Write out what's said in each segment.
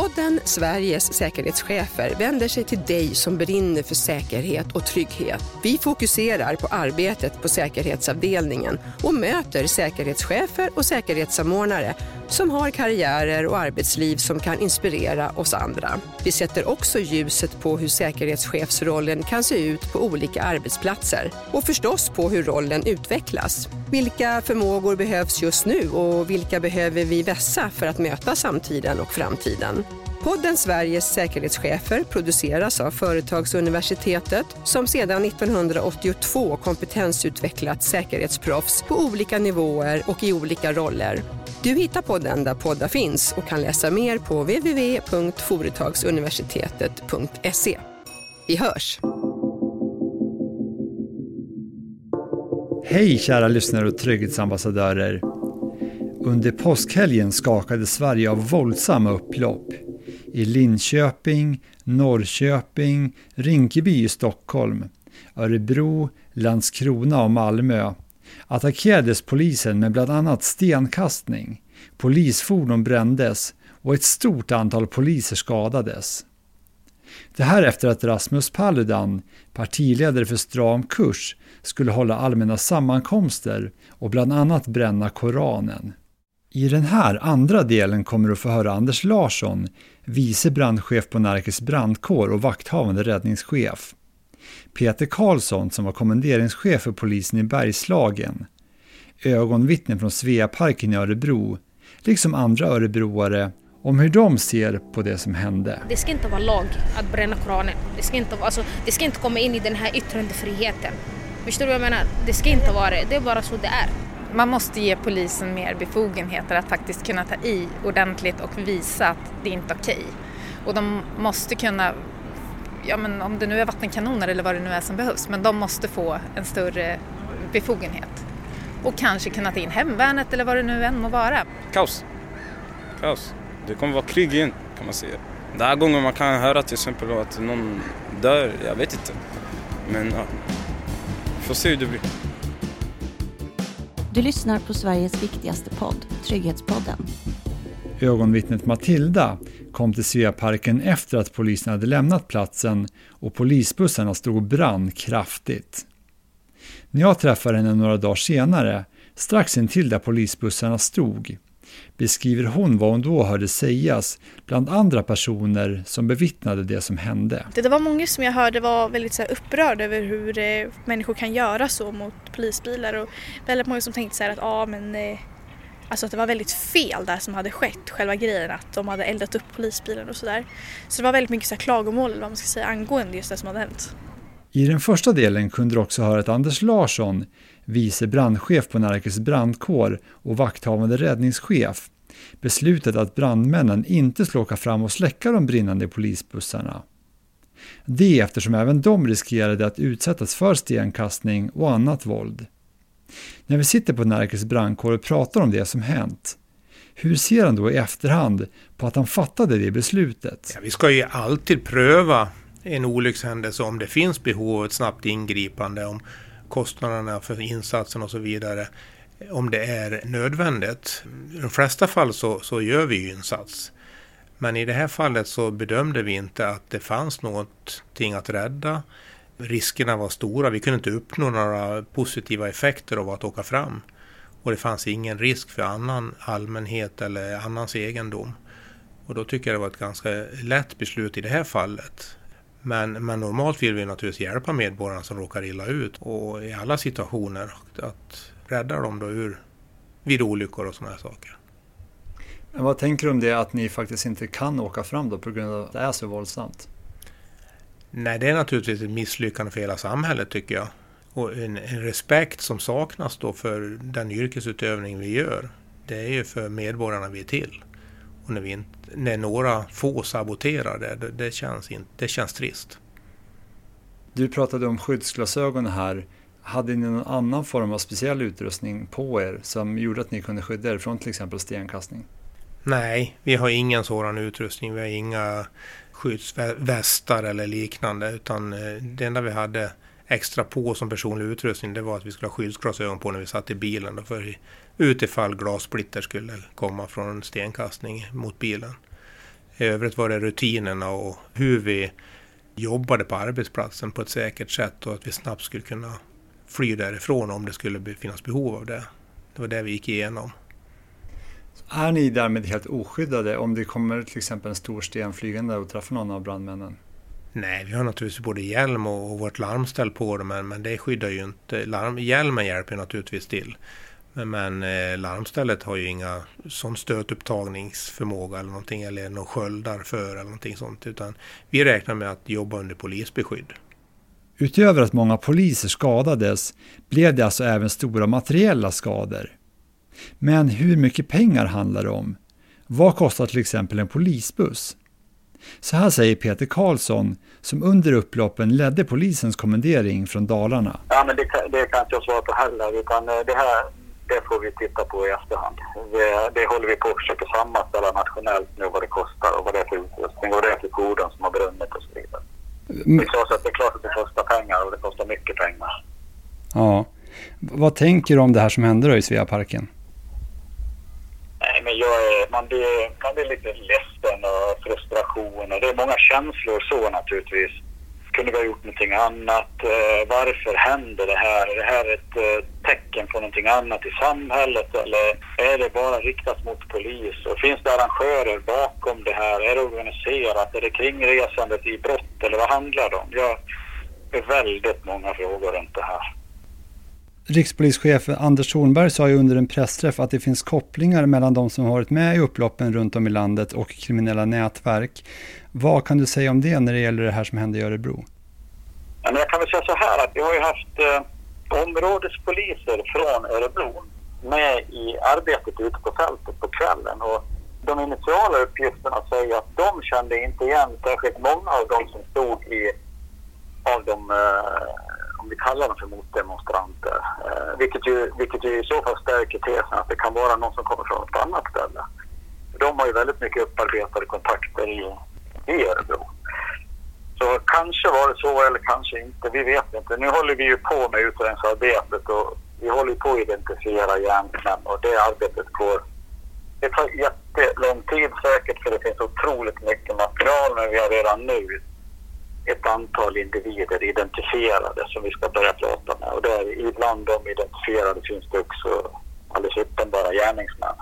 Podden Sveriges säkerhetschefer vänder sig till dig som brinner för säkerhet och trygghet. Vi fokuserar på arbetet på säkerhetsavdelningen och möter säkerhetschefer och säkerhetssamordnare som har karriärer och arbetsliv som kan inspirera oss andra. Vi sätter också ljuset på hur säkerhetschefsrollen kan se ut på olika arbetsplatser och förstås på hur rollen utvecklas. Vilka förmågor behövs just nu och vilka behöver vi vässa för att möta samtiden och framtiden? Podden Sveriges säkerhetschefer produceras av Företagsuniversitetet som sedan 1982 kompetensutvecklat säkerhetsproffs på olika nivåer och i olika roller. Du hittar podden där poddar finns och kan läsa mer på www.företagsuniversitetet.se. Vi hörs! Hej kära lyssnare och trygghetsambassadörer. Under påskhelgen skakade Sverige av våldsamma upplopp. I Linköping, Norrköping, Rinkeby i Stockholm, Örebro, Landskrona och Malmö attackerades polisen med bland annat stenkastning, polisfordon brändes och ett stort antal poliser skadades. Det här efter att Rasmus Paludan, partiledare för Stram kurs, skulle hålla allmänna sammankomster och bland annat bränna Koranen. I den här andra delen kommer du få höra Anders Larsson, vice brandchef på Närkes brandkår och vakthavande räddningschef. Peter Karlsson som var kommenderingschef för polisen i Bergslagen. Ögonvittnen från Sveaparken i Örebro, liksom andra örebroare, om hur de ser på det som hände. Det ska inte vara lag att bränna Koranen. Det ska inte komma in i den här yttrandefriheten. Förstår du vad jag menar? Det ska inte vara det. Det är bara så det är. Man måste ge polisen mer befogenheter att faktiskt kunna ta i ordentligt och visa att det inte är okej. Och de måste kunna, om det nu är vattenkanoner eller vad det nu är som behövs, men de måste få en större befogenhet. Och kanske kunna ta in hemvärnet eller vad det nu än må vara. Kaos. Det kommer vara krig igen, kan man säga. Det här gången man kan höra till exempel att någon dör, jag vet inte. Men ja, får se hur det blir. Du lyssnar på Sveriges viktigaste podd, Trygghetspodden. Ögonvittnet Matilda kom till Sveaparken efter att polisen hade lämnat platsen och polisbussarna stod och brann kraftigt. När jag träffade henne några dagar senare, strax intill där polisbussarna stod, beskriver hon vad hon då hörde sägas bland andra personer som bevittnade det som hände. Det var många som jag hörde var väldigt så här upprörda över hur människor kan göra så mot polisbilar, och väldigt många som tänkte så här att att det var väldigt fel där som hade skett, själva grejen att de hade eldat upp polisbilen och sådär. Så det var väldigt mycket så här klagomål eller vad man ska säga angående just det som hade hänt. I den första delen kunde du också höra att Anders Larsson, vice brandchef på Närkes brandkår och vakthavande räddningschef, beslutat att brandmännen inte skulle åka fram och släcka de brinnande polisbussarna. Det eftersom även de riskerade att utsättas för stenkastning och annat våld. När vi sitter på Närkes brandkår och pratar om det som hänt, hur ser han då i efterhand på att han fattade det beslutet? Ja, vi ska ju alltid pröva en olyckshändelse om det finns behov av ett snabbt ingripande, om kostnaderna för insatsen och så vidare, om det är nödvändigt. I de flesta fall så gör vi ju insats. Men i det här fallet så bedömde vi inte att det fanns någonting att rädda. Riskerna var stora, vi kunde inte uppnå några positiva effekter av att åka fram. Och det fanns ingen risk för annan allmänhet eller annans egendom. Och då tycker jag det var ett ganska lätt beslut i det här fallet. Men normalt vill vi naturligtvis hjälpa medborgarna som råkar illa ut, och i alla situationer att rädda dem då vid olyckor och sådana här saker. Men vad tänker du om det att ni faktiskt inte kan åka fram då på grund av att det är så våldsamt? Nej, det är naturligtvis ett misslyckande för hela samhället tycker jag. Och en respekt som saknas då för den yrkesutövning vi gör, det är ju för medborgarna vi är till. Och när några få saboterar det känns trist. Du pratade om skyddsglasögon här. Hade ni någon annan form av speciell utrustning på er som gjorde att ni kunde skydda er från till exempel stenkastning? Nej, vi har ingen sådan utrustning. Vi har inga skyddsvästar eller liknande, utan det enda vi hade extra på som personlig utrustning, det var att vi skulle ha skyddsglasögon på när vi satt i bilen då, för utifall glassplitter skulle komma från en stenkastning mot bilen. I övrigt var det rutinerna och hur vi jobbade på arbetsplatsen på ett säkert sätt och att vi snabbt skulle kunna fly därifrån om det skulle finnas behov av det. Det var det vi gick igenom. Är ni därmed helt oskyddade om det kommer till exempel en stor sten flygande och träffar någon av brandmännen? Nej, vi har naturligtvis både hjälm och vårt larmställ på det, men det skyddar ju inte. Hjälmen hjälper naturligtvis till. Men larmstället har ju inga sån stötupptagningsförmåga eller någonting, eller någon sköldar för eller någonting sånt, utan vi räknar med att jobba under polisbeskydd. Utöver att många poliser skadades blev det alltså även stora materiella skador. Men hur mycket pengar handlar det om? Vad kostar till exempel en polisbuss? Så här säger Peter Karlsson, som under upploppen ledde polisens kommendering från Dalarna. Ja, men det kan inte jag svara på heller, utan det får vi titta på i efterhand. Det håller vi på att försöka sammanställa nationellt nu, vad det kostar och vad det är för utrustning och vad det är för fordon som har brunnit och så vidare. Det är klart att det kostar pengar och det kostar mycket pengar. Ja. Vad tänker du om det här som hände då i Sveaparken? Nej, men man blir lite ledsen och frustration och det är många känslor så naturligtvis. Kunde vi ha gjort någonting annat? Varför händer det här? Är det här ett tecken på någonting annat i samhället eller är det bara riktat mot polis? Och finns det arrangörer bakom det här? Är det organiserat? Är det kringresandet i brott eller vad handlar det om? Det är väldigt många frågor runt det här. Rikspolischef Anders Thornberg sa ju under en pressträff att det finns kopplingar mellan de som har varit med i upploppen runt om i landet och kriminella nätverk. Vad kan du säga om det när det gäller det här som hände i Örebro? Ja, men jag kan väl säga så här att vi har ju haft områdespoliser från Örebro med i arbetet ute på fältet på kvällen och de initiala uppgifterna säger att de kände inte igen särskilt många av de som stod av de om vi kallar dem för motdemonstranter, vilket ju i så fall stärker tesen att det kan vara någon som kommer från ett annat ställe. De har ju väldigt mycket upparbetade kontakter i Örebro. Så kanske var det så eller kanske inte, vi vet inte. Nu håller vi ju på med utredningsarbetet och vi håller på att identifiera gärningsmän och det arbetet det tar jättelång tid säkert för det finns otroligt mycket material, men vi har redan nu ett antal individer identifierade som vi ska börja prata med. Och där ibland de identifierade finns det också alldeles uppenbara gärningsmän.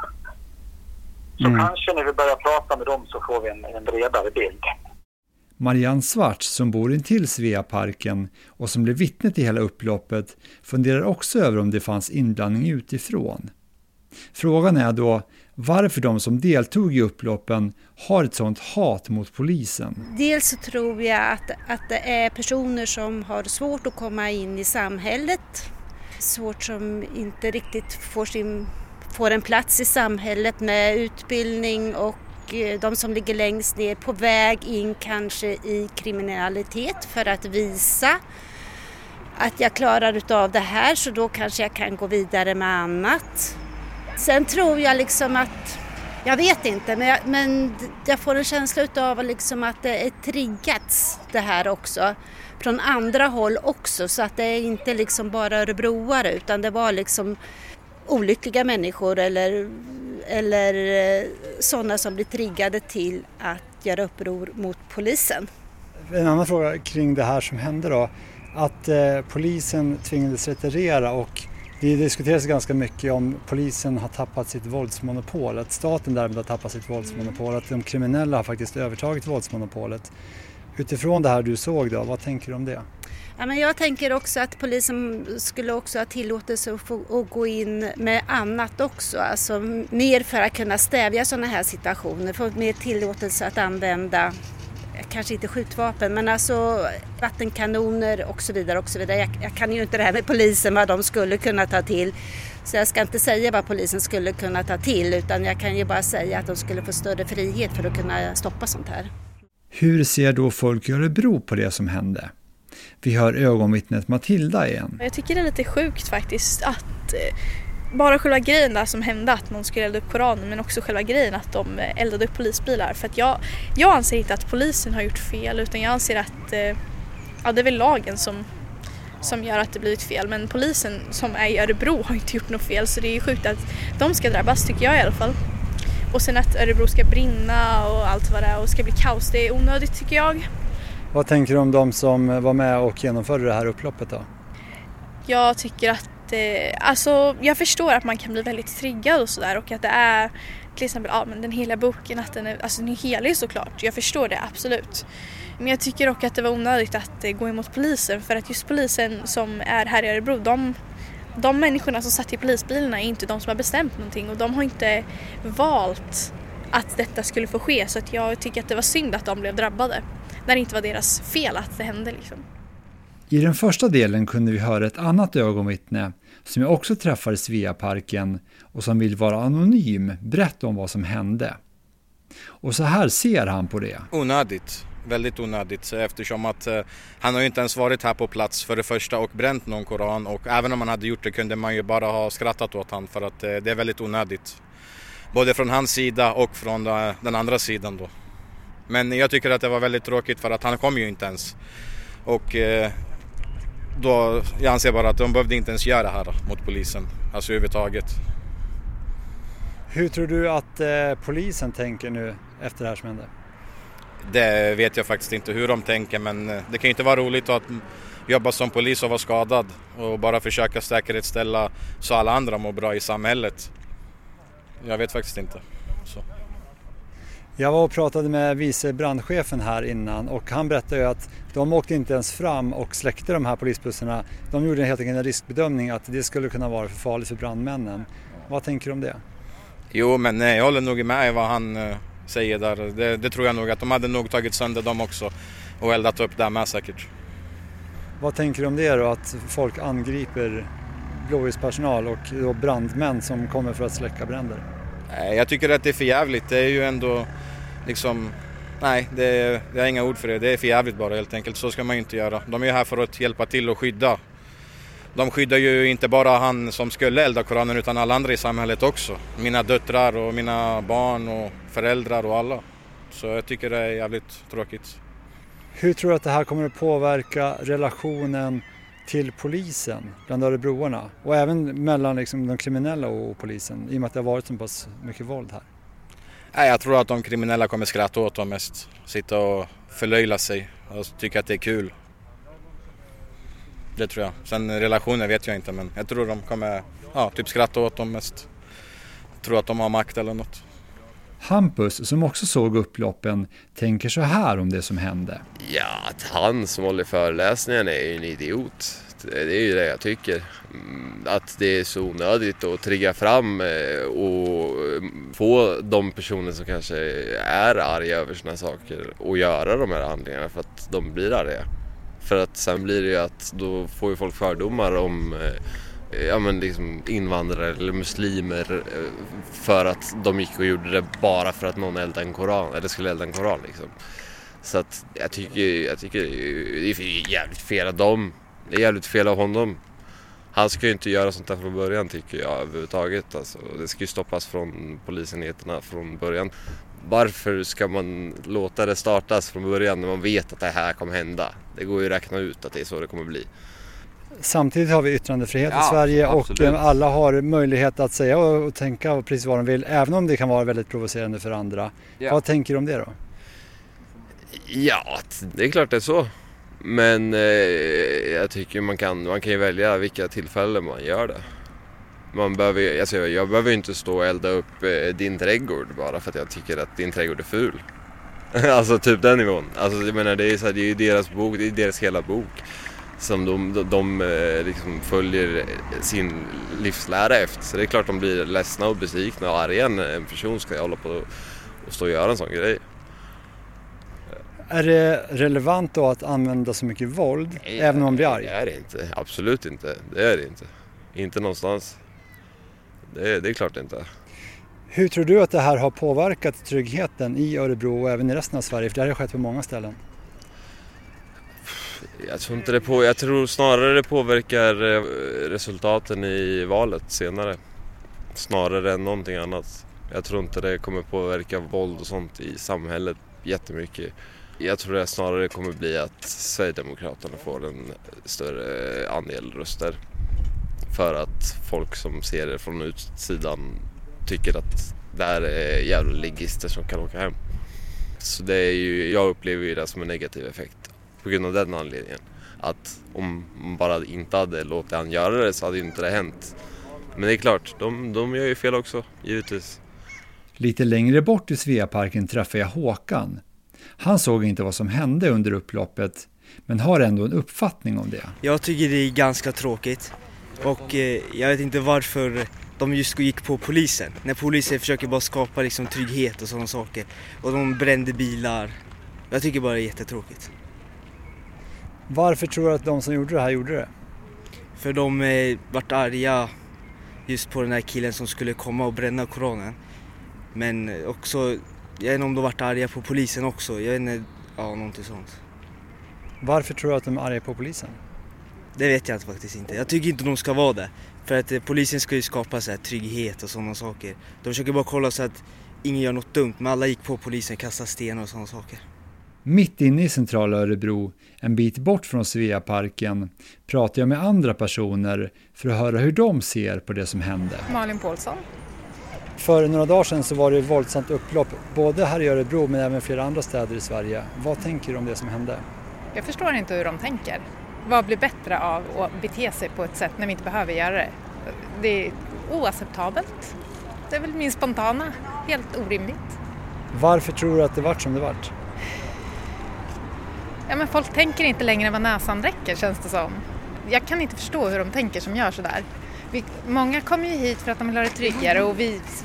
Så kanske när vi börjar prata med dem så får vi en bredare bild. Marianne Svarts som bor intill Sveaparken och som blev vittne till hela upploppet funderar också över om det fanns inblandning utifrån. Frågan är då varför de som deltog i upploppen har ett sådant hat mot polisen. Dels så tror jag att det är personer som har svårt att komma in i samhället. Svårt som inte riktigt får en plats i samhället med utbildning och de som ligger längst ner på väg in kanske i kriminalitet för att visa att jag klarar utav det här så då kanske jag kan gå vidare med annat. Sen tror jag liksom att, jag vet inte, men jag får en känsla utav liksom att det är triggats det här också från andra håll också så att det är inte liksom bara örebroare utan det var liksom olyckliga människor eller sådana som blir triggade till att göra uppror mot polisen. En annan fråga kring det här som hände då, att polisen tvingades retirera och det diskuteras ganska mycket om polisen har tappat sitt våldsmonopol, att staten därmed har tappat sitt våldsmonopol, att de kriminella har faktiskt övertagit våldsmonopolet. Utifrån det här du såg då, vad tänker du om det? Ja, men jag tänker också att polisen skulle också ha tillåtelse att gå in med annat också. Alltså mer för att kunna stävja sådana här situationer. Få mer tillåtelse att använda, kanske inte skjutvapen, men alltså vattenkanoner och så vidare. Och så vidare. Jag kan ju inte det här med polisen, vad de skulle kunna ta till. Så jag ska inte säga vad polisen skulle kunna ta till, utan jag kan ju bara säga att de skulle få större frihet för att kunna stoppa sånt här. Hur ser då folk i Örebro på det som hände? Vi hör ögonvittnet Matilda igen. Jag tycker det är lite sjukt faktiskt att bara själva grejen där som hände att någon skulle elda upp Koranen, men också själva grejen att de eldade upp polisbilar. För att jag anser inte att polisen har gjort fel, utan jag anser att det är väl lagen som gör att det blivit fel. Men polisen som är i Örebro har inte gjort något fel, så det är sjukt att de ska drabbas, tycker jag i alla fall. Och sen att Örebro ska brinna och allt vad det är och ska bli kaos, det är onödigt tycker jag. Vad tänker du om de som var med och genomförde det här upploppet då? Jag tycker att alltså jag förstår att man kan bli väldigt triggad och sådär och att det är till exempel men den hela boken att den är helig såklart. Jag förstår det absolut. Men jag tycker också att det var onödigt att gå emot polisen för att just polisen som är här i Örebro, de människorna som satt i polisbilarna är inte de som har bestämt någonting och de har inte valt att detta skulle få ske, så att jag tycker att det var synd att de blev drabbade när det inte var deras fel att det hände liksom. I den första delen kunde vi höra ett annat ögonvittne som jag också träffade i Sveaparken och som vill vara anonym berätta om vad som hände. Och så här ser han på det. Onödigt, väldigt onödigt, eftersom att han har ju inte ens varit här på plats för det första och bränt någon koran, och även om han hade gjort det kunde man ju bara ha skrattat åt han för att det är väldigt onödigt. Både från hans sida och från den andra sidan då. Men jag tycker att det var väldigt tråkigt för att han kom ju inte ens. Och då, jag anser bara att de behövde inte ens göra det här mot polisen, alltså överhuvudtaget. Hur tror du att polisen tänker nu efter det här som hände? Det vet jag faktiskt inte hur de tänker, men det kan ju inte vara roligt att jobba som polis och vara skadad och bara försöka säkerhetsställa så alla andra mår bra i samhället. Jag vet faktiskt inte. Så. Jag var och pratade med vice brandchefen här innan och han berättade ju att de åkte inte ens fram och släckte de här polisbussarna. De gjorde helt enkelt en riskbedömning att det skulle kunna vara för farligt för brandmännen. Vad tänker du om det? Jo, men jag håller nog med vad han säger där. Det tror jag nog att de hade nog tagit sönder dem också och eldat upp där med säkert. Vad tänker du om det då, att folk angriper blåljuspersonal och då brandmän som kommer för att släcka bränder? Jag tycker att det är för jävligt. Det är ju ändå liksom, nej, det är inga ord för det. Det är för jävligt bara helt enkelt. Så ska man ju inte göra. De är ju här för att hjälpa till och skydda. De skyddar ju inte bara han som skulle elda koranen utan alla andra i samhället också. Mina döttrar och mina barn och föräldrar och alla. Så jag tycker det är jävligt tråkigt. Hur tror du att det här kommer att påverka relationen till polisen bland örebroarna och även mellan liksom de kriminella och polisen i och med att det har varit så pass mycket våld här? Jag tror att de kriminella kommer skratta åt dem mest. Sitta och förlöjla sig och tycka att det är kul. Det tror jag. Sen relationer vet jag inte, men jag tror de kommer typ skratta åt dem mest. Tror att de har makt eller något. Hampus, som också såg upploppen, tänker så här om det som hände. Ja, att han som håller föreläsningen är ju en idiot. Det är ju det jag tycker. Att det är så onödigt att trigga fram och få de personer som kanske är arga över såna saker och göra de här handlingarna för att de blir arga. För att sen blir det ju att då får ju folk fördomar om liksom invandrare eller muslimer för att de gick och gjorde det bara för att någon eldade en koran eller skulle elda en koran liksom. Så att jag tycker det är jävligt fel av dem. Det är jävligt fel av honom. Han ska ju inte göra sånt där från början tycker jag överhuvudtaget. Alltså, det ska ju stoppas från polisenheterna från början. Varför ska man låta det startas från början när man vet att det här kommer hända? Det går ju att räkna ut att det är så det kommer bli. Samtidigt har vi yttrandefrihet i Sverige absolut. Och alla har möjlighet att säga och tänka precis vad de vill, även om det kan vara väldigt provocerande för andra. Ja. Vad tänker du om det då? Ja, det är klart det är så. Men jag tycker man kan ju välja vilka tillfällen man gör det. Jag behöver inte stå och elda upp din trädgård bara för att jag tycker att din trädgård är ful. Alltså typ den nivån. Alltså jag menar, det är ju deras bok, det är deras hela bok som de liksom följer sin livslära efter. Så det är klart de blir ledsna och besvikna och arga när en person ska hålla på och stå och göra en sån grej. Är det relevant då att använda så mycket våld även om man blir arg? Det är det inte, absolut inte. Det är det inte. Inte någonstans. Det är klart inte. Hur tror du att det här har påverkat tryggheten i Örebro och även i resten av Sverige? För det här har skett på många ställen. Jag tror snarare det påverkar resultaten i valet senare. Snarare än någonting annat. Jag tror inte det kommer påverka våld och sånt i samhället jättemycket. Jag tror det snarare kommer bli att Sverigedemokraterna får en större andel röster. För att folk som ser det från utsidan tycker att det här är jävla ligister som kan åka hem. Så det är ju, jag upplever ju det som en negativ effekt på grund av den anledningen. Att om man bara inte hade låtit han göra det så hade ju inte det hänt. Men det är klart, de gör ju fel också, givetvis. Lite längre bort i Sveaparken träffade jag Håkan. Han såg inte vad som hände under upploppet, men har ändå en uppfattning om det. Jag tycker det är ganska tråkigt och jag vet inte varför de just gick på polisen. När polisen försöker bara skapa liksom trygghet och sådana saker. Och de brände bilar. Jag tycker bara det är jättetråkigt. Varför tror du att de som gjorde det här gjorde det? För de vart arga just på den här killen som skulle komma och bränna Koranen. Men också, jag vet inte om de vart arga på polisen också. Jag vet inte, ja, någonting sånt. Varför tror du att de är arga på polisen? Det vet jag faktiskt inte. Jag tycker inte de ska vara det. För att polisen ska ju skapa så här trygghet och sådana saker. De försöker bara kolla så att ingen gör något dumt. Men alla gick på polisen, kastade stenar och sådana saker. Mitt inne i centrala Örebro, en bit bort från Sveaparken, pratar jag med andra personer för att höra hur de ser på det som hände. Malin Paulsson. För några dagar sedan så var det ett våldsamt upplopp, både här i Örebro men även flera andra städer i Sverige. Vad tänker du om det som hände? Jag förstår inte hur de tänker. Vad blir bättre av att bete sig på ett sätt när vi inte behöver göra det? Det är oacceptabelt. Det är väl min spontana, helt orimligt. Varför tror du att det vart som det vart? Ja, men folk tänker inte längre vad näsan räcker, känns det som. Jag kan inte förstå hur de tänker som gör sådär. Många kommer ju hit för att de vill ha det tryggare och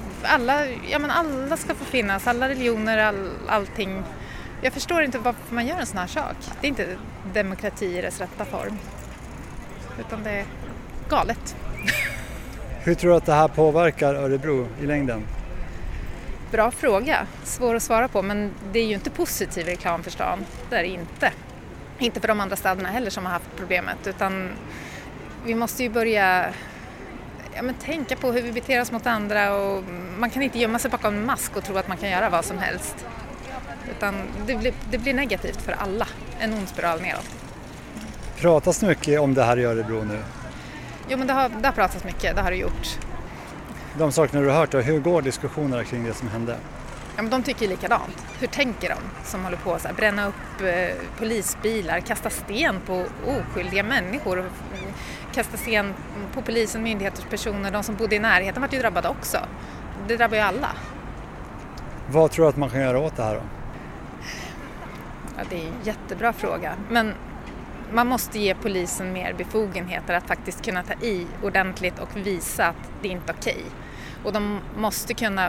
alla ska få finnas, alla religioner, allting. Jag förstår inte varför man gör en sån här sak. Det är inte demokrati i dess rätta form. Utan det är galet. Hur tror du att det här påverkar Örebro i längden? Bra fråga. Svår att svara på, men det är ju inte positiv reklam för stan. Det är det inte. Inte för de andra städerna heller som har haft problemet. Utan vi måste ju börja tänka på hur vi beter oss mot andra. Och man kan inte gömma sig bakom en mask och tro att man kan göra vad som helst. Utan det blir negativt för alla. En ond spiral neråt. Pratas mycket om det här i Örebro nu? Jo, men det har pratats mycket. Det har det gjort. De sakerna du har hört, hur går diskussionerna kring det som hände? Ja, men de tycker likadant. Hur tänker de som håller på att bränna upp polisbilar, kasta sten på oskyldiga människor, kasta sten på polisen, myndigheters personer, de som bodde i närheten var ju drabbade också. Det drabbar ju alla. Vad tror du att man kan göra åt det här då? Ja, det är en jättebra fråga. Men man måste ge polisen mer befogenheter att faktiskt kunna ta i ordentligt och visa att det inte är okej. Och de måste kunna,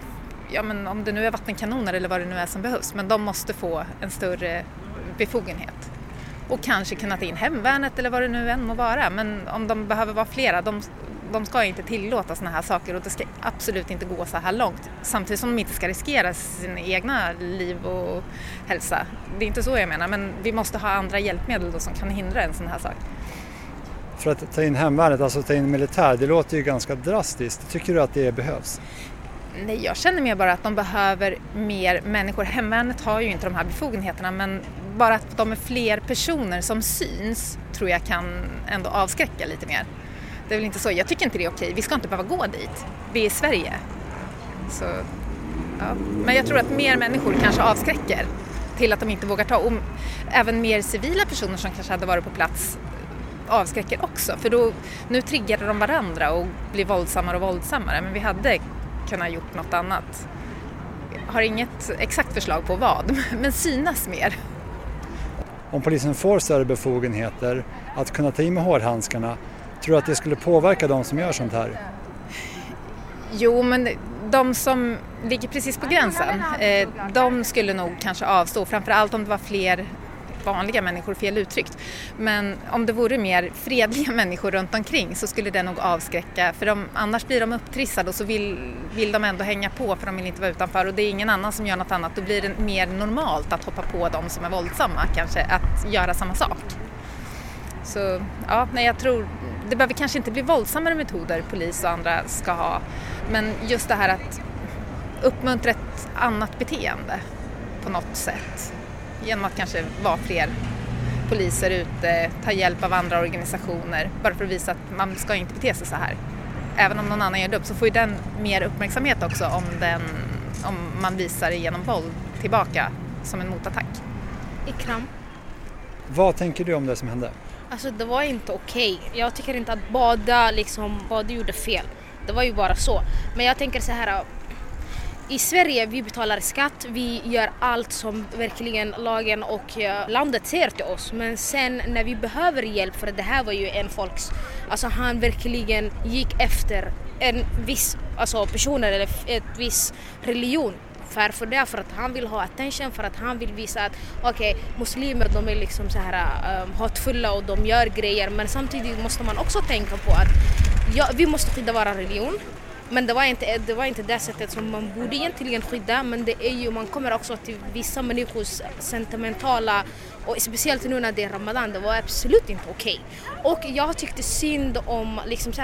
om det nu är vattenkanoner eller vad det nu är som behövs, men de måste få en större befogenhet. Och kanske kunna ta in hemvärnet eller vad det nu än må vara. Men om de behöver vara flera, de ska inte tillåta såna här saker och det ska absolut inte gå så här långt. Samtidigt som de inte ska riskera sin egna liv och hälsa. Det är inte så jag menar, men vi måste ha andra hjälpmedel då som kan hindra en sån här sak. För att ta in hemvärnet, alltså ta in militär, det låter ju ganska drastiskt. Tycker du att det behövs? Nej, jag känner mer bara att de behöver mer människor. Hemvärnet har ju inte de här befogenheterna, men bara att de är fler personer som syns tror jag kan ändå avskräcka lite mer. Det är väl inte så. Jag tycker inte det är okej. Vi ska inte behöva gå dit. Vi är i Sverige. Så, ja. Men jag tror att mer människor kanske avskräcker till att de inte vågar ta. Och även mer civila personer som kanske hade varit på plats avskräcker också. För då, nu triggar de varandra och blir våldsammare och våldsammare. Men vi hade kunnat gjort något annat. Jag har inget exakt förslag på vad, men synas mer. Om polisen får större befogenheter att kunna ta i med hårdhandskarna, tror du att det skulle påverka de som gör sånt här? Jo, men de som ligger precis på gränsen, de skulle nog kanske avstå. Framförallt om det var fler vanliga människor, fel uttryckt. Men om det vore mer fredliga människor runt omkring så skulle det nog avskräcka. För annars blir de upptrissade och så vill de ändå hänga på för de vill inte vara utanför. Och det är ingen annan som gör något annat. Då blir det mer normalt att hoppa på de som är våldsamma kanske, att göra samma sak. Så ja, nej, jag tror det behöver kanske inte bli våldsammare metoder polis och andra ska ha. Men just det här att uppmuntra ett annat beteende på något sätt. Genom att kanske vara fler poliser ute, ta hjälp av andra organisationer. Bara för att visa att man ska inte bete sig så här. även om någon annan gör dumt så får ju den mer uppmärksamhet också om man visar genom våld tillbaka som en motattack. Ikram. Vad tänker du om det som hände? Alltså det var inte okej. Jag tycker inte att båda gjorde fel. Det var ju bara så. Men jag tänker så här. I Sverige vi betalar skatt, vi gör allt som verkligen lagen och landet ser till oss. Men sen när vi behöver hjälp, för det här var ju en alltså han verkligen gick efter en viss personer eller ett viss religion. För det, för att han vill ha attention, för att han vill visa att muslimer de är liksom så här hatfulla och de gör grejer. Men samtidigt måste man också tänka på att vi måste skydda vår religion. Men det var inte det sättet som man borde egentligen skydda, men det är ju, man kommer också till vissa människors sentimentala, och speciellt nu när det är Ramadan, det var absolut inte okej. Och jag tyckte synd om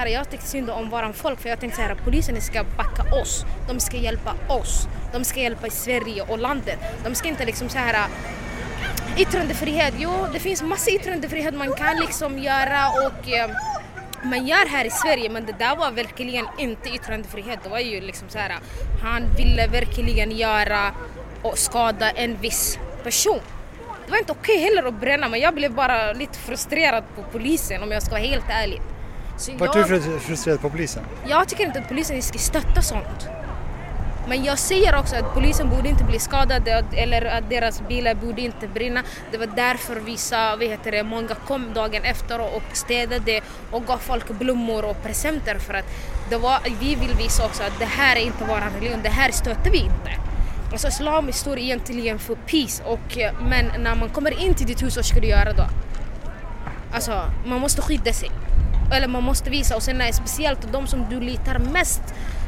våran folk, för jag tänkte så här, polisen ska backa oss, de ska hjälpa oss, de ska hjälpa Sverige och landet, de ska inte liksom så här. Yttrandefrihet, det finns massa yttrandefrihet man kan göra och man gör här i Sverige, men det där var verkligen inte yttrandefrihet. Det var ju så här, han ville verkligen göra och skada en viss person. Det var inte okej heller att bränna, men jag blev bara lite frustrerad på polisen om jag ska vara helt ärlig. Vart du frustrerad på polisen? Jag tycker inte att polisen ska stötta sånt. Men jag säger också att polisen borde inte bli skadade eller att deras bilar borde inte brinna. Det var därför många kom dagen efter och städade och gav folk blommor och presenter, för att vi vill visa också att det här är inte vår religion, det här stöter vi inte. Alltså islam står egentligen för peace, men när man kommer in till ditt hus, vad ska du göra då? Alltså man måste skydda sig. Eller man måste visa, och sen är speciellt de som du litar mest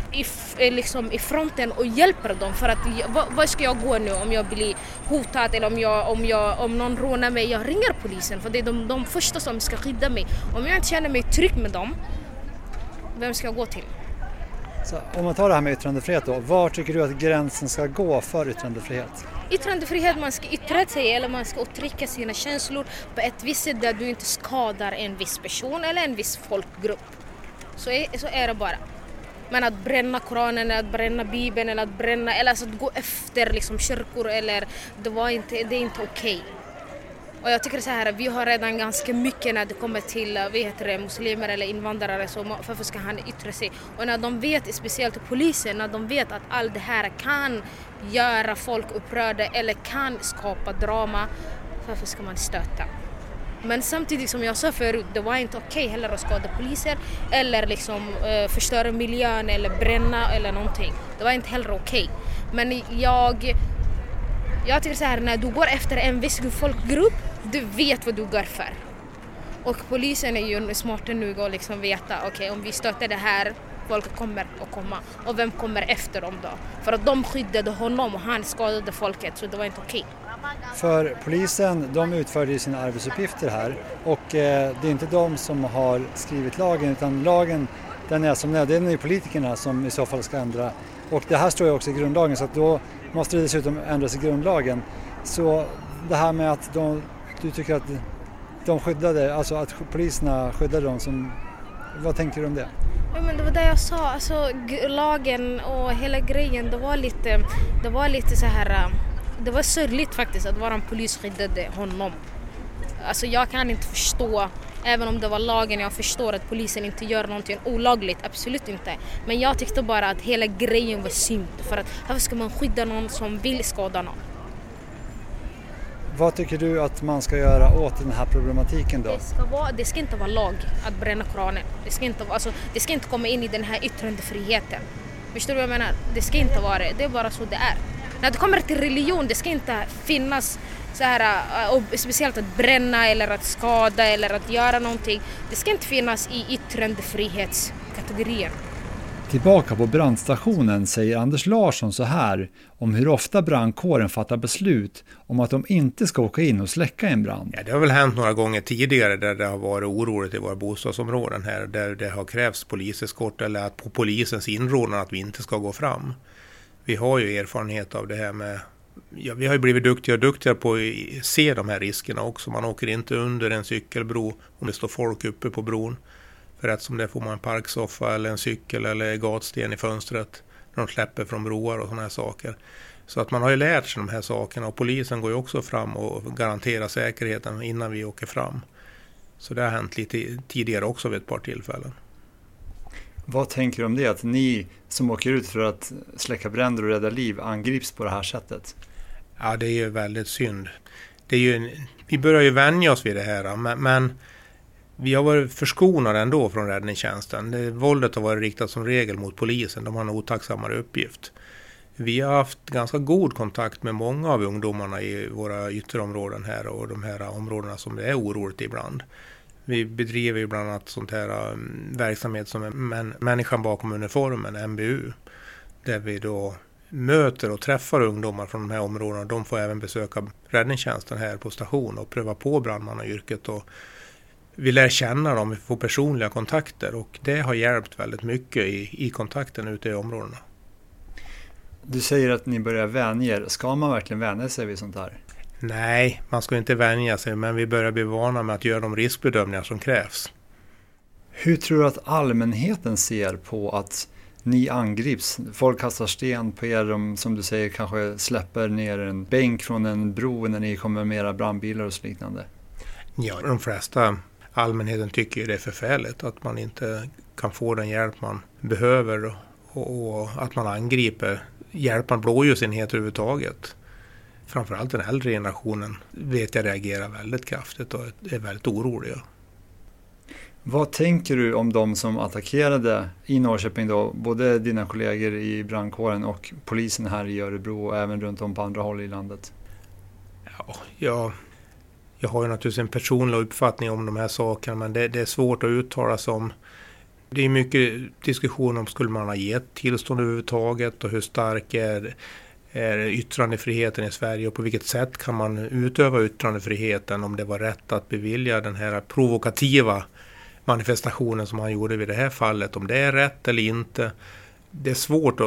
i fronten och hjälper dem, för att vad ska jag gå nu om jag blir hotad eller om någon rånar mig? Jag ringer polisen, för det är de första som ska skydda mig. Om jag inte känner mig trygg med dem, vem ska jag gå till? Så, om man tar det här med yttrandefrihet då, var tycker du att gränsen ska gå för yttrandefrihet? Yttrandefrihet, man ska yttra sig eller man ska uttrycka sina känslor på ett visst sätt där du inte skadar en viss person eller en viss folkgrupp. Så är det bara. Men att bränna Koranen, att bränna Bibeln eller att gå efter kyrkor, eller det är inte okej. Och jag tycker så här, vi har redan ganska mycket när det kommer till muslimer eller invandrare, så varför ska han yttra sig? Och när de vet, speciellt polisen, när de vet att allt det här kan göra folk upprörda eller kan skapa drama, varför ska man stöta? Men samtidigt, som jag sa förut, det var inte okej heller att skada poliser eller förstöra miljön eller bränna eller någonting. Det var inte heller okej. Men jag tycker så här, när du går efter en viss folkgrupp, du vet vad du går för. Och polisen är ju smarta nu och veta, om vi stöter det här, folk kommer att komma. Och vem kommer efter dem då? För att de skyddade honom och han skadade folket, så det var inte okej. För polisen, de utförde ju sina arbetsuppgifter här, och det är inte de som har skrivit lagen, utan lagen, den är ju politikerna som i så fall ska ändra. Och det här står ju också i grundlagen, så att då måste det dessutom ändras i grundlagen. Så det här med att du tycker att de skyddade, alltså att poliserna skyddade dem, vad tänker du om det? Ja, men det var det jag sa, alltså lagen och hela grejen, det var lite så här. Det var sörligt faktiskt att våran polis skyddade honom. Alltså jag kan inte förstå, även om det var lagen, jag förstår att polisen inte gör någonting olagligt, absolut inte. Men jag tyckte bara att hela grejen var synd, för att varför ska man skydda någon som vill skada någon? Vad tycker du att man ska göra åt den här problematiken då? Det ska inte vara lag att bränna Koranen. Det ska inte komma in i den här yttrandefriheten. Förstår du vad jag menar? Det ska inte vara det. Det är bara så det är. När det kommer till religion, det ska inte finnas så här, och speciellt att bränna eller att skada eller att göra någonting. Det ska inte finnas i yttrandefrihetskategorien. Tillbaka på brandstationen säger Anders Larsson så här om hur ofta brandkåren fattar beslut om att de inte ska åka in och släcka en brand. Ja, det har väl hänt några gånger tidigare där det har varit oroligt i våra bostadsområden här, där det har krävts poliseskort eller att på polisens inrådan att vi inte ska gå fram. Vi har ju erfarenhet av det här med, vi har ju blivit duktigare på att se de här riskerna också. Man åker inte under en cykelbro om det står folk uppe på bron. För rätt som det får man en parksoffa eller en cykel eller gatsten i fönstret när de släpper från broar och sådana här saker. Så att man har ju lärt sig de här sakerna, och polisen går ju också fram och garanterar säkerheten innan vi åker fram. Så det har hänt lite tidigare också vid ett par tillfällen. Vad tänker du om det, att ni som åker ut för att släcka bränder och rädda liv angrips på det här sättet? Ja, det är ju väldigt synd. Vi börjar ju vänja oss vid det här, men vi har varit förskonade ändå från räddningstjänsten. Våldet har varit riktat som regel mot polisen, de har en otacksammare uppgift. Vi har haft ganska god kontakt med många av ungdomarna i våra ytterområden här och de här områdena som det är oroligt ibland. Vi bedriver ju bland annat sånt här verksamhet som är människan bakom uniformen, MBU. Där vi då möter och träffar ungdomar från de här områdena. De får även besöka räddningstjänsten här på station och pröva på brandmannayrket. Och vi lär känna dem, vi får personliga kontakter, och det har hjälpt väldigt mycket i kontakten ute i områdena. Du säger att ni börjar vänja er. Ska man verkligen vänja sig vid sånt här? Nej, man ska inte vänja sig, men vi börjar bli vana med att göra de riskbedömningar som krävs. Hur tror du att allmänheten ser på att ni angrips? Folk kastar sten på er, som du säger kanske släpper ner en bänk från en bro när ni kommer med era brandbilar och så liknande. Ja, de flesta allmänheten tycker ju det är förfärligt att man inte kan få den hjälp man behöver och att man angriper hjälpande blåljusenhet överhuvudtaget. Framförallt den äldre generationen vet jag reagerar väldigt kraftigt och är väldigt oroliga. Vad tänker du om de som attackerade i Norrköping då, både dina kollegor i brandkåren och polisen här i Örebro och även runt om på andra håll i landet? Ja, jag har ju naturligtvis en personlig uppfattning om de här sakerna, men det är svårt att uttala sig om. Det är mycket diskussion om skulle man ha gett tillstånd överhuvudtaget och hur stark är yttrandefriheten i Sverige och på vilket sätt kan man utöva yttrandefriheten, om det var rätt att bevilja den här provokativa manifestationen som han gjorde vid det här fallet, om det är rätt eller inte. Det är svårt att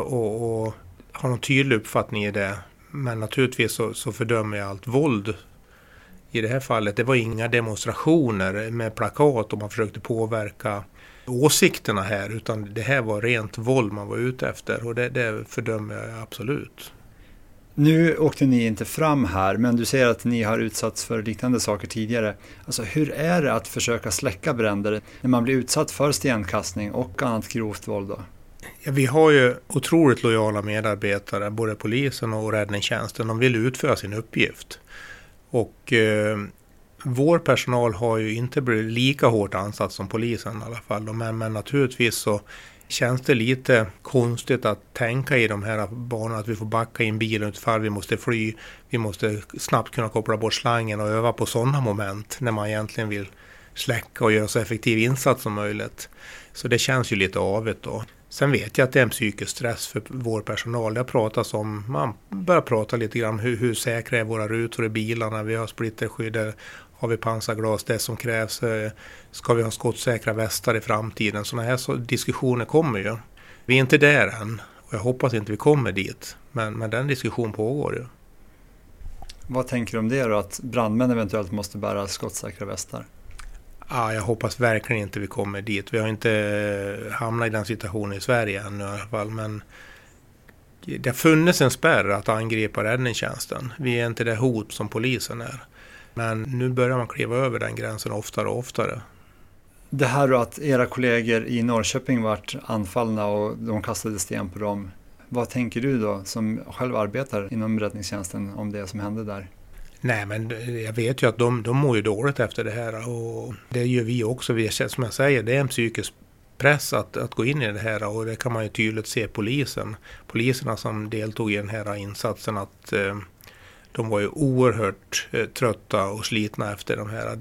ha någon tydlig uppfattning i det, men naturligtvis så fördömer jag allt våld. I det här fallet, det var inga demonstrationer med plakat och man försökte påverka åsikterna här, utan det här var rent våld man var ute efter, och det fördömer jag absolut. Nu åkte ni inte fram här, men du säger att ni har utsatts för liknande saker tidigare. Alltså, hur är det att försöka släcka bränder när man blir utsatt för stenkastning och annat grovt våld då? Ja, vi har ju otroligt lojala medarbetare, både polisen och räddningstjänsten. De vill utföra sin uppgift. Och vår personal har ju inte blivit lika hårt ansatt som polisen i alla fall. Men naturligtvis så känns det lite konstigt att tänka i de här banorna, att vi får backa in bilen utifall vi måste fly. Vi måste snabbt kunna koppla bort slangen och öva på sådana moment när man egentligen vill släcka och göra så effektiv insats som möjligt. Så det känns ju lite avigt då. Sen vet jag att det är en psykisk stress för vår personal. Det pratas om, man börjar prata lite grann hur säkra är våra rutor i bilarna. Vi har splitterskydd, har vi pansarglas, det som krävs. Ska vi ha skottsäkra västar i framtiden? Sådana här diskussioner kommer ju. Vi är inte där än och jag hoppas inte vi kommer dit. Men den diskussion pågår ju. Vad tänker du om det då, att brandmän eventuellt måste bära skottsäkra västar? Ja, jag hoppas verkligen inte vi kommer dit. Vi har inte hamnat i den situationen i Sverige ännu i alla fall. Men det har funnits en spärr att angripa räddningstjänsten. Vi är inte det hot som polisen är. Men nu börjar man kliva över den gränsen oftare och oftare. Det här då att era kollegor i Norrköping vart anfallna och de kastade sten på dem. Vad tänker du då som själv arbetar inom räddningstjänsten om det som hände där? Nej, men jag vet ju att de mår ju dåligt efter det här, och det gör vi också. Som jag säger, det är en psykisk press att gå in i det här, och det kan man ju tydligt se poliserna som deltog i den här insatsen, att de var ju oerhört trötta och slitna efter de här.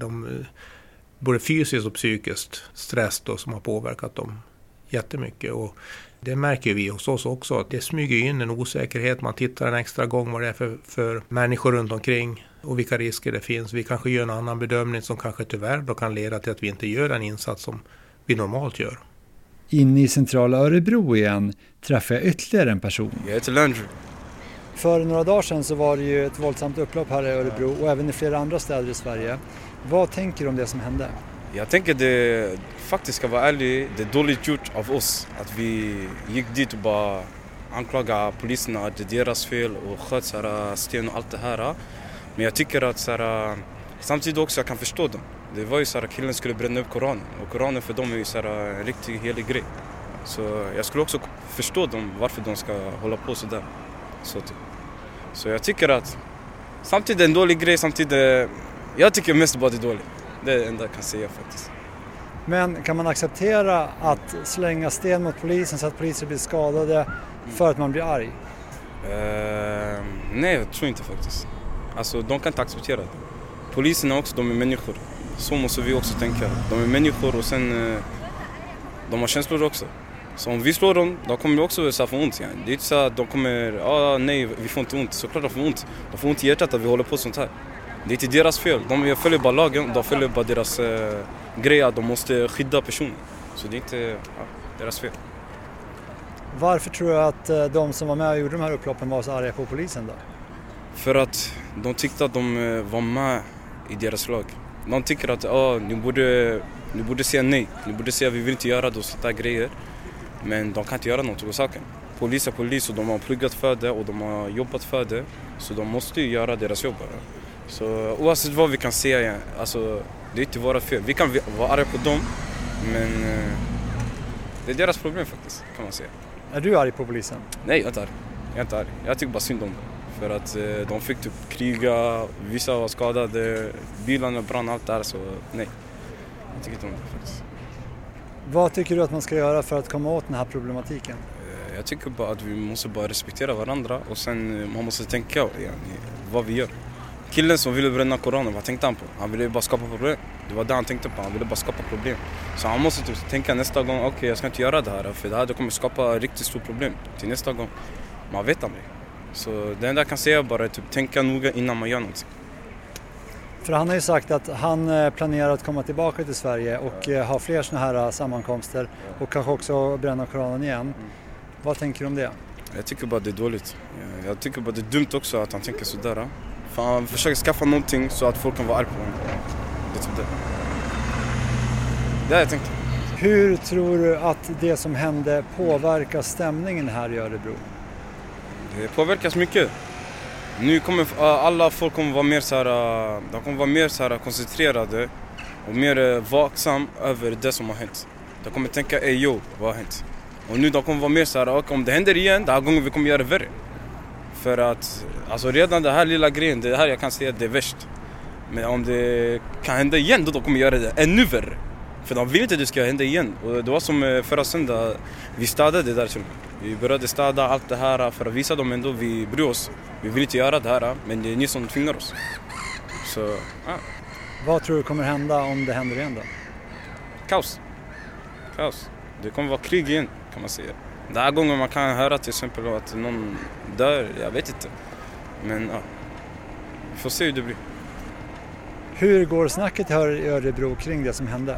Både fysiskt och psykiskt stress då, som har påverkat dem jättemycket, och det märker vi hos oss också, att det smyger in en osäkerhet. Man tittar en extra gång vad det är för människor runt omkring och vilka risker det finns. Vi kanske gör en annan bedömning som kanske tyvärr då kan leda till att vi inte gör den insats som vi normalt gör. Inne i centrala Örebro igen träffar jag ytterligare en person. Jag heter Landry. För några dagar sedan så var det ju ett våldsamt upplopp här i Örebro och även i flera andra städer i Sverige. Vad tänker du om det som hände? Jag tänker det faktiskt ska vara ärlig, det är dåligt gjort av oss att vi gick dit och bara anklaga poliserna att det är deras fel och sköt så här, sten och allt det här. Men jag tycker att så här, samtidigt också jag kan förstå dem. Det var ju så här, killen skulle bränna upp Koranen och Koranen för dem är ju så här, en riktigt helig grej. Så jag skulle också förstå dem varför de ska hålla på så där. Så jag tycker att samtidigt är det en dålig grej, samtidigt jag tycker mest bara det är dåligt. Det är det enda jag kan säga faktiskt. Men kan man acceptera att slänga sten mot polisen så att poliser blir skadade för att man blir arg? Nej, jag tror inte faktiskt. Alltså de kan inte acceptera det. Poliserna också, de är människor. Så måste vi också tänka. De är människor och sen de har känslor också. Så om vi slår dem, då kommer de också så få ont. Ja. Det är inte så att de kommer, nej vi får inte ont. Såklart de får ont. De får ont i hjärtat att vi håller på sånt här. Det är inte deras fel. De följer bara lagen, de följer bara deras grej att de måste skydda personer. Så det är inte deras fel. Varför tror du att de som var med och gjorde de här upploppen var så arga på polisen då? För att de tyckte att de var med i deras lag. De tycker att ni borde säga nej. Ni borde säga att vi vill inte göra det och sådana grejer. Men de kan inte göra något åt saken. Polis är polis och de har pluggat för det och de har jobbat för det. Så de måste ju göra deras jobb. Så oavsett vad vi kan säga, alltså, det är inte våra fel. Vi kan vara arga på dem, men det är deras problem faktiskt, kan man säga. Är du arg på polisen? Nej, jag är inte arg. Jag tycker bara synd om dem. För att de fick typ kriga, vissa var skadade, bilarna brann, allt där. Så nej, jag tycker inte om det faktiskt. Vad tycker du att man ska göra för att komma åt den här problematiken? Jag tycker bara att vi måste bara respektera varandra och sen man måste tänka vad vi gör. Killen som ville bränna Koranen, vad tänkte han på? Han ville bara skapa problem. Det var det han tänkte på, han ville bara skapa problem. Så han måste typ tänka nästa gång, okej, jag ska inte göra det här för det här kommer skapa riktigt stort problem till nästa gång. Man vet aldrig. Så det enda jag kan säga bara är typ tänka noga innan man gör någonting. För han har ju sagt att han planerar att komma tillbaka till Sverige och ha fler såna här sammankomster och kanske också bränna Koranen igen. Vad tänker du om det? Jag tycker bara det är dåligt. Jag tycker bara det är dumt också att han tänker sådär. För han försöker skaffa någonting så att folk kan vara arg på honom. Det är typ det. Det är jag tänker. Hur tror du att det som hände påverkar stämningen här i Örebro? Det påverkas mycket. Nu kommer alla folk kommer vara mer så här, de kommer vara mer så här koncentrerade och mer vaksam över det som har hänt. De kommer tänka, vad har hänt? Och nu de kommer vara mer så här, om det händer igen, den här gången vi kommer göra det värre. För att alltså redan det här lilla grejen, det här jag kan säga det är värst. Men om det kan hända igen då kommer göra det ännu värre. För de vill inte att det ska hända igen. Och det var som förra söndag, vi stadade det där till. Vi började stada allt det här för att visa dem ändå vi bryr oss. Vi vill inte göra det här, men det är ni som tvingar oss. Så, ja. Vad tror du kommer hända om det händer igen då? Kaos. Det kommer vara krig igen, kan man säga. Den här gången man kan höra till exempel att någon dör, jag vet inte. Men ja, vi får se hur det blir. Hur går snacket här i Örebro kring det som hände?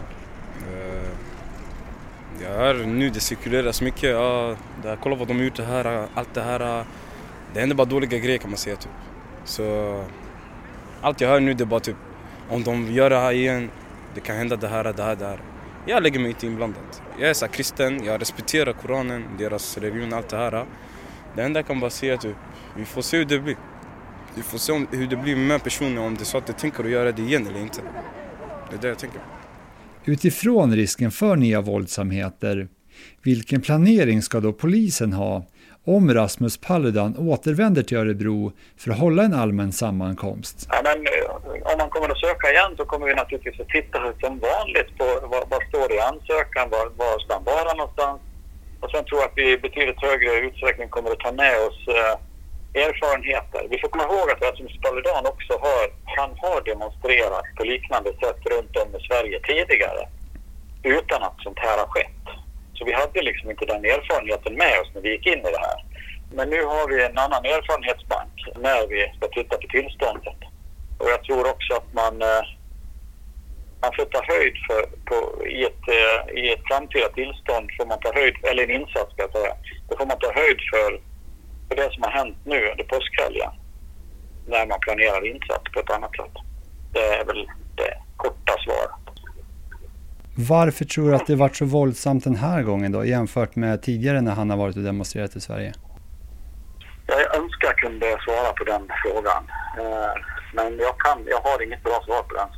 Jag hör nu det cirkuleras mycket. Kolla vad de har gjort det här, allt det här. Det händer bara dåliga grejer kan man säga typ. Så allt jag hör nu det är bara typ om de gör det här igen, det kan hända det här. Jag lägger mig inte inblandad. Jag är så kristen, jag respekterar Koranen, deras religion, allt det här. Det enda jag kan bara säga typ, vi får se hur det blir. Vi får se hur det blir med personer, om det är så att de tänker att göra det igen eller inte. Det är det jag tänker. Utifrån risken för nya våldsamheter, vilken planering ska då polisen ha om Rasmus Paludan återvänder till Örebro för att hålla en allmän sammankomst? Ja, men, om man kommer att söka igen så kommer vi naturligtvis att titta som vanligt på vad står i ansökan, var ska han vara någonstans. Och sen tror jag att vi i betydligt högre utsträckning kommer att ta med oss erfarenheter. Vi får komma ihåg att Rasmus Paludan också har demonstrerat på liknande sätt runt om i Sverige tidigare utan att sånt här har skett. Så vi hade liksom inte den erfarenheten med oss när vi gick in i det här. Men nu har vi en annan erfarenhetsbank när vi ska titta på tillståndet. Och jag tror också att man får ta höjd i ett framtida tillstånd får man ta höjd, eller en insats ska jag säga. Då får man ta höjd för det som har hänt nu under påskhelgen. När man planerar insats på ett annat sätt. Det är väl det korta svaret. Varför tror du att det varit så våldsamt den här gången då, jämfört med tidigare när han har varit och demonstrerat i Sverige? Jag önskar jag kunde svara på den frågan. Men jag har inget bra svar på den, så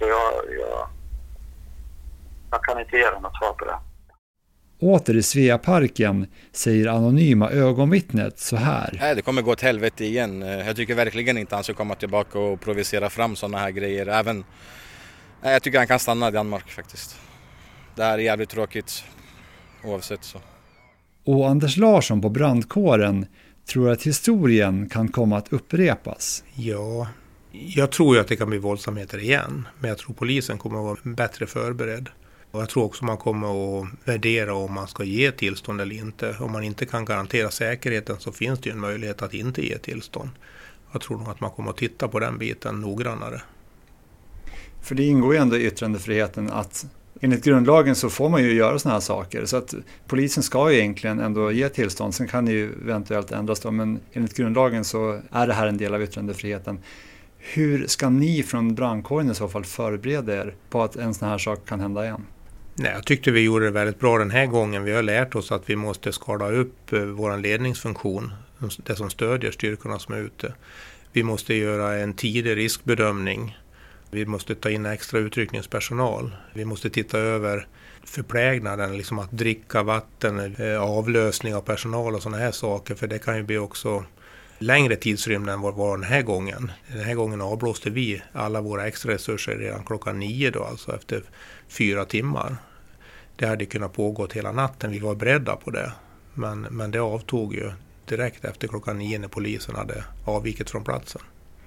jag kan inte ge den något svar på det. Åter i Sveaparken säger anonyma ögonvittnet så här. Nej, det kommer gå åt helvete igen. Jag tycker verkligen inte han ska komma tillbaka och provocera fram sådana här grejer. Jag tycker han kan stanna i Danmark faktiskt. Det här är jävligt tråkigt oavsett så. Och Anders Larsson på brandkåren tror att historien kan komma att upprepas. Ja, jag tror ju att det kan bli våldsamheter igen. Men jag tror polisen kommer att vara bättre förberedd. Och jag tror också man kommer att värdera om man ska ge tillstånd eller inte. Om man inte kan garantera säkerheten så finns det ju en möjlighet att inte ge tillstånd. Jag tror nog att man kommer att titta på den biten noggrannare. För det ingår ju ändå i yttrandefriheten att enligt grundlagen så får man ju göra såna här saker. Så att polisen ska ju egentligen ändå ge tillstånd. Sen kan det ju eventuellt ändras då. Men enligt grundlagen så är det här en del av yttrandefriheten. Hur ska ni från brandkåren i så fall förbereda er på att en sån här sak kan hända igen? Nej, jag tyckte vi gjorde det väldigt bra den här gången. Vi har lärt oss att vi måste skala upp vår ledningsfunktion. Det som stödjer styrkorna som är ute. Vi måste göra en tidig riskbedömning. Vi måste ta in extra utryckningspersonal. Vi måste titta över förplägnaden, liksom att dricka vatten, avlösning av personal och sådana här saker. För det kan ju bli också längre tidsrymd än vad var den här gången. Den här gången avblåste vi alla våra extra resurser redan klockan 9 då, alltså efter 4 timmar. Det hade kunnat pågå hela natten, vi var beredda på det. Men det avtog ju direkt efter klockan 9 när polisen hade avvikit från platsen.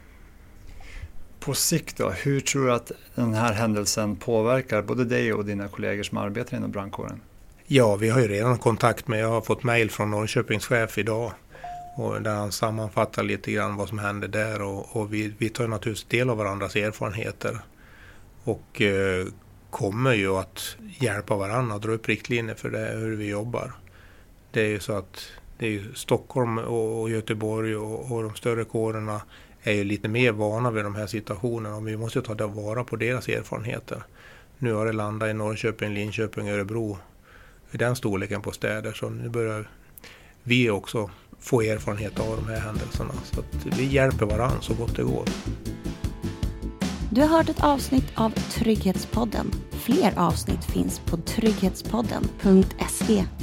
På sikt då, hur tror du att den här händelsen påverkar både dig och dina kollegor som arbetar inom brandkåren? Ja, vi har ju redan kontakt med, jag har fått mejl från Norrköpings chef idag. Och där han sammanfattar lite grann vad som händer där och vi tar naturligtvis del av varandras erfarenheter. Och kommer ju att hjälpa varandra och dra upp riktlinjer för det, hur vi jobbar. Det är ju så att det är ju Stockholm och Göteborg och de större kårerna är ju lite mer vana vid de här situationerna och vi måste ta vara på deras erfarenheter. Nu har det landat i Norrköping, Linköping, Örebro i den storleken på städer, så nu börjar vi också få erfarenhet av de här händelserna, så att vi hjälper varandra så gott det går. Du har hört ett avsnitt av Trygghetspodden. Fler avsnitt finns på trygghetspodden.se.